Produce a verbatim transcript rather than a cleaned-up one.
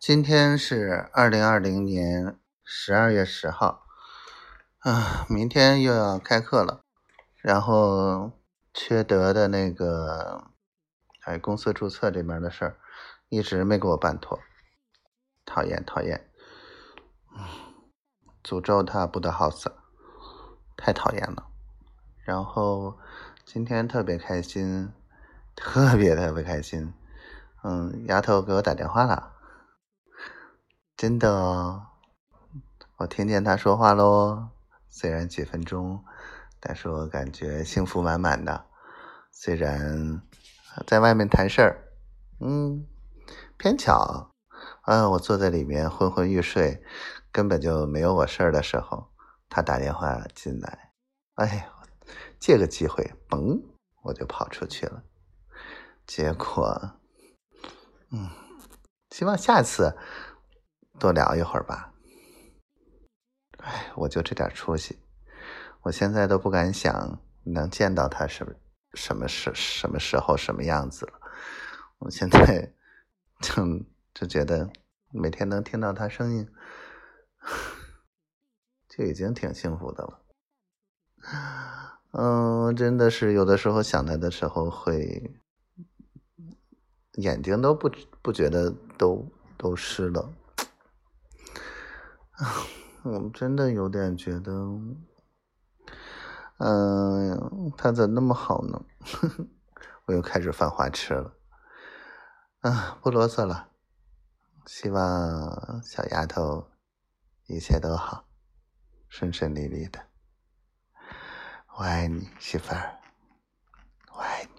今天是二零二零年十二月十号，啊，明天又要开课了，然后缺德的那个哎公司注册这边的事儿，一直没给我办妥，讨厌讨厌，诅咒他不得好死，太讨厌了。然后今天特别开心，特别特别开心，嗯，丫头给我打电话了。真的哦，我听见他说话咯，虽然几分钟，但是我感觉幸福满满的。虽然在外面谈事儿，嗯，偏巧，啊，我坐在里面昏昏欲睡，根本就没有我事儿的时候，他打电话进来，哎，借个机会，嘣，我就跑出去了。结果，嗯，希望下次多聊一会儿吧。哎，我就这点出息，我现在都不敢想能见到他什么什么时什么时候什么样子了。我现在就就觉得每天能听到他声音，就已经挺幸福的了。嗯，真的是有的时候想他的时候会眼睛都不不觉得都都湿了。我真的有点觉得，嗯，他怎么那么好呢？我又开始犯花痴了。啊，不啰嗦了，希望小丫头一切都好，顺顺利利的。我爱你，媳妇儿，我爱你。